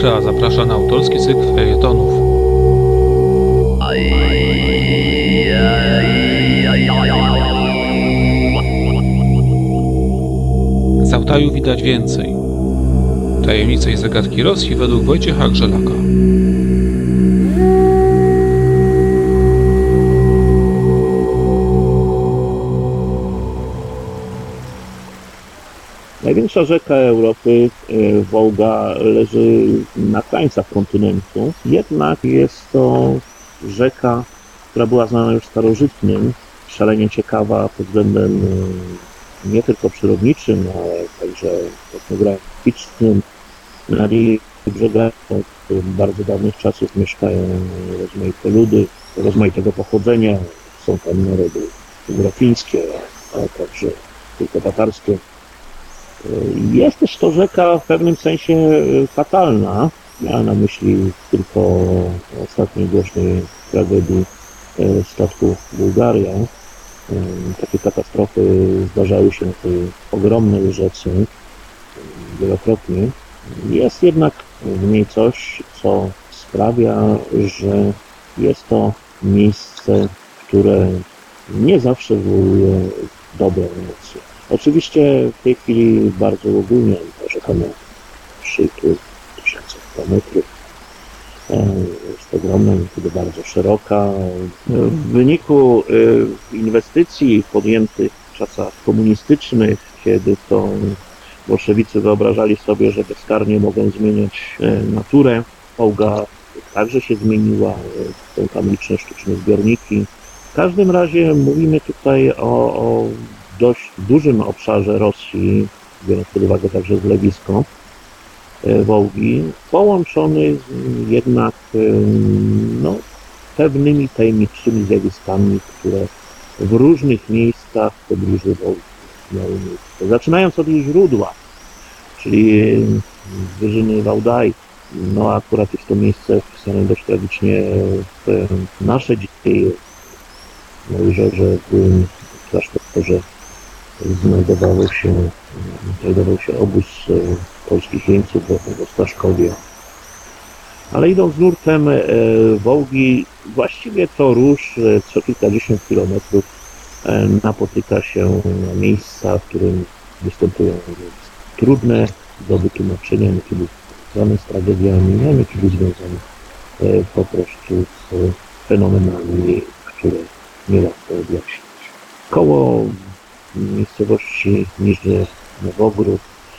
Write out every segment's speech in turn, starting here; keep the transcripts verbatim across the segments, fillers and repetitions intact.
Ultra zaprasza na autorski cykl felietonów. Z Altaju widać więcej. Tajemnice i zagadki Rosji według Wojciecha Grzelaka. Największa rzeka Europy, Wołga, leży na krańcach kontynentu, jednak jest to rzeka, która była znana już starożytnym, szalenie ciekawa pod względem nie tylko przyrodniczym, ale także etnograficznym. Na jej brzegach od bardzo dawnych czasów mieszkają rozmaite ludy rozmaitego pochodzenia. Są tam narody geografińskie, a także tylko tatarskie. Jest też to rzeka w pewnym sensie fatalna. Miałem na myśli tylko ostatniej głośnej tragedii statku Bułgaria. Takie katastrofy zdarzały się na tej ogromnej rzece wielokrotnie. Jest jednak w niej coś, co sprawia, że jest to miejsce, które nie zawsze wywołuje dobre emocje. Oczywiście w tej chwili bardzo ogólnie ta rzeka ma trzy tysiące kilometrów. Jest ogromna, niekiedy bardzo szeroka. W wyniku inwestycji podjętych w czasach komunistycznych, kiedy to bolszewicy wyobrażali sobie, że bezkarnie mogą zmieniać naturę, Wołga także się zmieniła, są tam liczne sztuczne zbiorniki. W każdym razie mówimy tutaj o, o dość dużym obszarze Rosji, biorąc pod uwagę także zlewisko Wołgi, połączony jednak no, pewnymi tajemniczymi zjawiskami, które w różnych miejscach w pobliżu Wołgi miały miejsce. Zaczynając od jej źródła, czyli wyżyny Wałdaj, no akurat jest to miejsce wpisane dość tragicznie w nasze dzieje. Mówię, że w klasztorze znajdował się, znajdował się obóz polskich jeńców w Ostaszkowie. Ale idąc nurtem Wołgi, właściwie to róż co kilkadziesiąt kilometrów napotyka się na miejsca, w którym występują trudne do wytłumaczenia, niekiedy związane z tragediami, a niekiedy związane po prostu z fenomenami, które niełatwo objaśnić. Koło miejscowości Niżny Nowogród,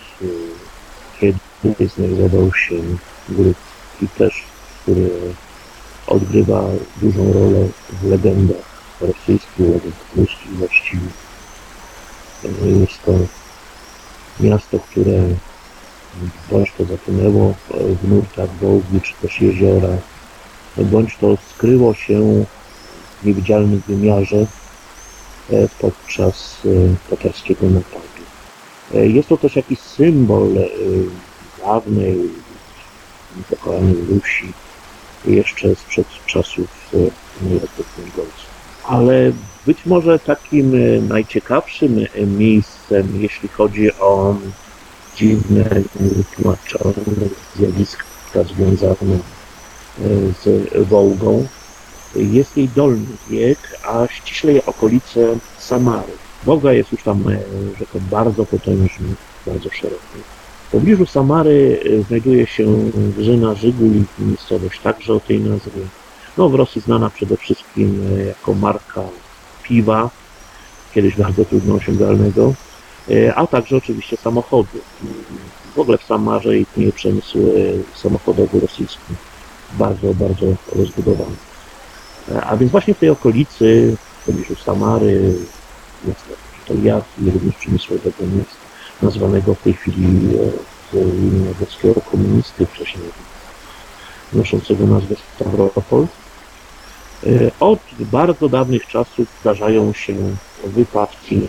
kiedy znajdował się gród też, który odgrywa dużą rolę w legendach rosyjskich, legendach ruskich właściwie. Jest to miasto, które bądź to zatonęło w nurtach Wołgi, czy też jeziora, bądź to skryło się w niewidzialnym wymiarze podczas tatarskiego napadu. Jest to też jakiś symbol dawnej, pokochanej Rusi, jeszcze sprzed czasów mongolskich. Ale być może takim najciekawszym miejscem, jeśli chodzi o dziwne, niewytłumaczone zjawiska związane z Wołgą, jest jej dolny bieg, a ściślej okolice Samary. Wołga jest już tam rzeką bardzo potężną, bardzo szeroką. W pobliżu Samary znajduje się wyżyna Żyguli, miejscowość także o tej nazwie. No, w Rosji znana przede wszystkim jako marka piwa, kiedyś bardzo trudno osiągalnego, a także oczywiście samochody. W ogóle w Samarze istnieje przemysł samochodowy rosyjski, bardzo, bardzo rozbudowany. A więc właśnie w tej okolicy, w pobliżu Samary, miasta Toliati, również przemysłowego miasta, nazwanego w tej chwili z imienia włoskiego komunisty, wcześniej noszącego nazwę Stawropol. Od bardzo dawnych czasów zdarzają się wypadki,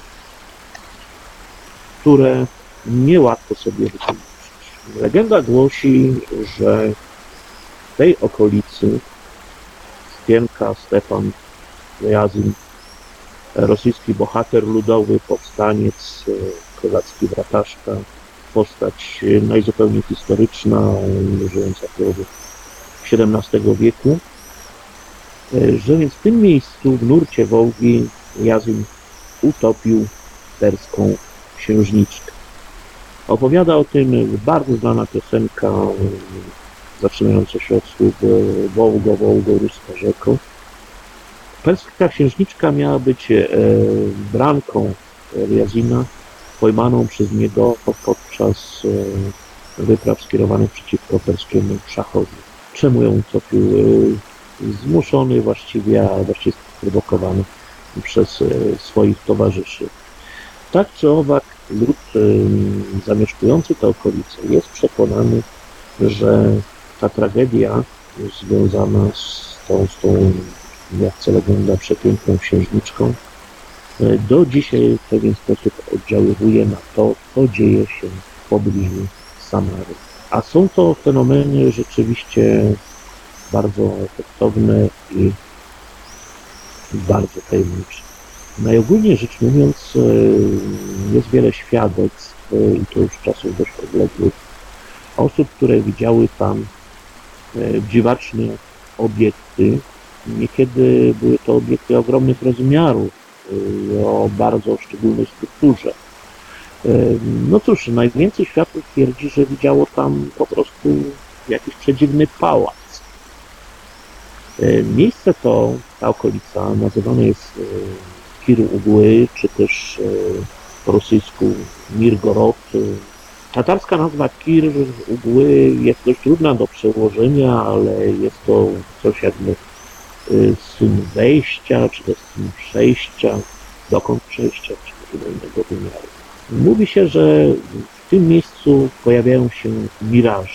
które niełatwo sobie wytłumaczyć. Legenda głosi, że w tej okolicy Stienka Stefan Jazin, rosyjski bohater ludowy, powstaniec, kozacki Brataszka, postać najzupełniej historyczna, żyjąca w połowie siedemnastego wieku, że więc w tym miejscu, w nurcie Wołgi, Jazyn utopił perską księżniczkę. Opowiada o tym bardzo znana piosenka zaczynająca się od słów Wołgo, Wołgo, ruska rzeko. Perska księżniczka miała być branką Jazyna, pojmaną przez niego podczas wypraw skierowanych przeciwko perskiemu szachowi. Czemu ją utopił? Zmuszony właściwie, a właściwie sprowokowany przez swoich towarzyszy. Tak czy owak lud zamieszkujący te okolice jest przekonany, że ta tragedia związana z tą, z tą jak chce legenda, przepiękną księżniczką do dzisiaj w pewien sposób oddziaływuje na to, co dzieje się w pobliżu Samary. A są to fenomeny rzeczywiście bardzo efektowne i bardzo tajemnicze. Najogólniej rzecz mówiąc, jest wiele świadectw, i to już czasów dość odległych, osób, które widziały tam dziwaczne obiekty. Niekiedy były to obiekty ogromnych rozmiarów, o bardzo szczególnej strukturze. No cóż, najwięcej świadków twierdzi, że widziało tam po prostu jakiś przedziwny pałac. Miejsce to, ta okolica, nazywane jest Kir Ugły, czy też po rosyjsku Mirgorod. Tatarska nazwa Kir Ugły jest dość trudna do przełożenia, ale jest to coś jakby syn wejścia, czy też syn przejścia, dokąd przejścia, czy do innego wymiaru. Mówi się, że w tym miejscu pojawiają się miraże,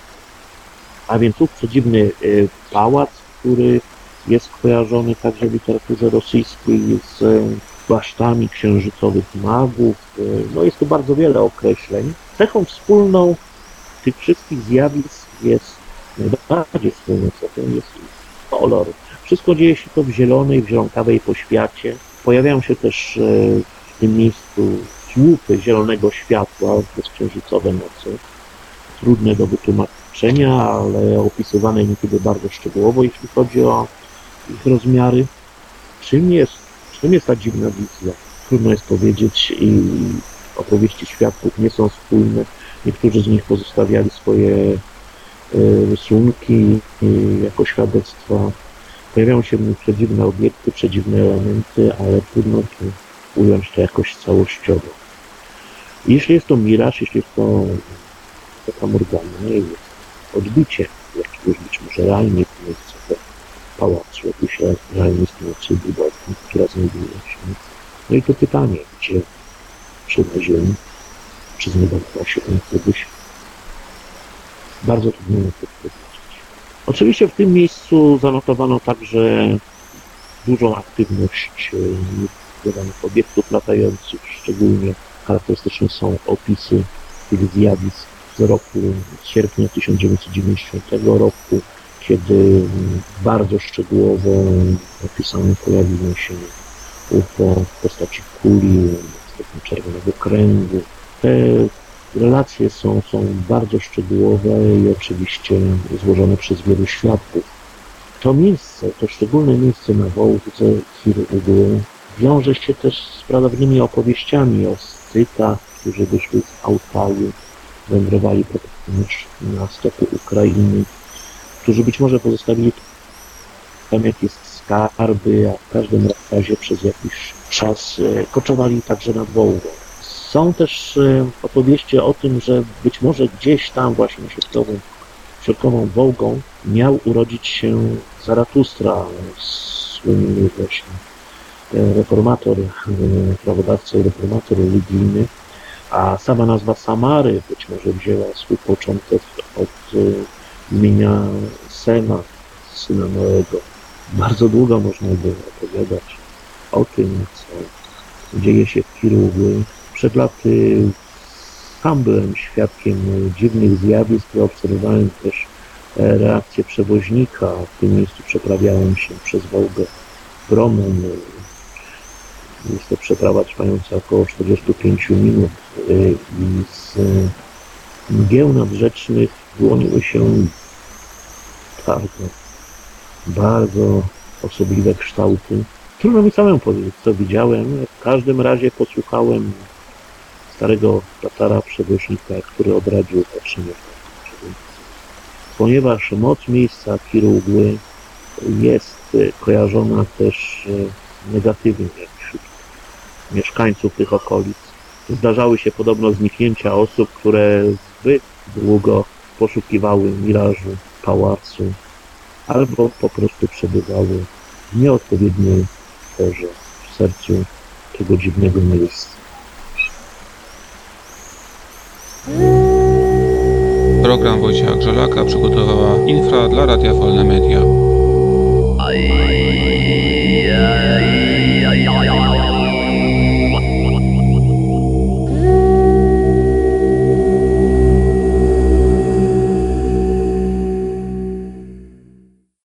a więc ów przedziwny pałac, który jest kojarzony także w literaturze rosyjskiej z basztami księżycowych magów. No jest tu bardzo wiele określeń. Cechą wspólną tych wszystkich zjawisk jest, najbardziej wspólną cechą jest kolor. Wszystko dzieje się to w zielonej, w zielonkawej poświacie. Pojawiają się też w tym miejscu słupy zielonego światła przez księżycowe noce. Trudne do wytłumaczenia, ale opisywane niekiedy bardzo szczegółowo, jeśli chodzi o ich rozmiary. Czym jest, czym jest ta dziwna wizja? Trudno jest powiedzieć i opowieści świadków nie są spójne. Niektórzy z nich pozostawiali swoje rysunki jako świadectwa. Pojawiają się w nich przedziwne obiekty, przedziwne elementy, ale trudno tu ująć to jakoś całościowo. Jeśli jest to miraż, jeśli jest to taka morgana, jest odbicie jakiegoś być może realnie miejsca pałacu, jakiejś realnie istniejącej budowli, która znajduje się. No i to pytanie, gdzie, czy na ziemi, czy znajdowała się tam kiedyś. Bardzo trudno na to powiedzieć. Oczywiście w tym miejscu zanotowano także dużą aktywność danych obiektów latających. Szczególnie charakterystyczne są opisy tych zjawisk z roku, z sierpnia tysiąc dziewięćset dziewięćdziesiątego roku, kiedy bardzo szczegółowo opisane pojawiło się U F O w postaci kuli, czerwonego kręgu. Te relacje są, są bardzo szczegółowe i oczywiście złożone przez wielu świadków. To miejsce, to szczególne miejsce na Wołdze, Kir Ugły, wiąże się też z pradawnymi opowieściami o Scytach, którzy wyszli z Altaju, wędrowali potem na stopy Ukrainy, którzy być może pozostawili tam jakieś skarby, a w każdym razie przez jakiś czas koczowali także nad Wołgą. Są też opowieści o tym, że być może gdzieś tam właśnie środkową, środkową Wołgą miał urodzić się Zaratustra, słynny właśnie reformator, prawodawca i reformator religijny, a sama nazwa Samary być może wzięła swój początek od imienia Sema, syna Noego. Bardzo długo można by opowiadać o tym, co dzieje się w Kir Ugły. Przed laty sam byłem świadkiem dziwnych zjawisk, obserwowałem też reakcję przewoźnika. W tym miejscu przeprawiałem się przez Wołgę promem. Jest to przeprawa trwająca około czterdzieści pięć minut. y, i z mgieł nadrzecznych wyłoniły się bardzo, bardzo osobliwe kształty. Trudno mi samemu powiedzieć, co widziałem. W każdym razie posłuchałem starego Tatara, przewoźnika, który odradził patrzenie. Ponieważ moc miejsca Kirugły jest kojarzona też negatywnie wśród mieszkańców tych okolic. Zdarzały się podobno zniknięcia osób, które zbyt długo poszukiwały mirażu, pałacu, albo po prostu przebywały w nieodpowiedniej porze w sercu tego dziwnego miejsca. Program Wojciecha Grzelaka przygotowała Infra dla Radia Wolne Media. Aj, aj, aj.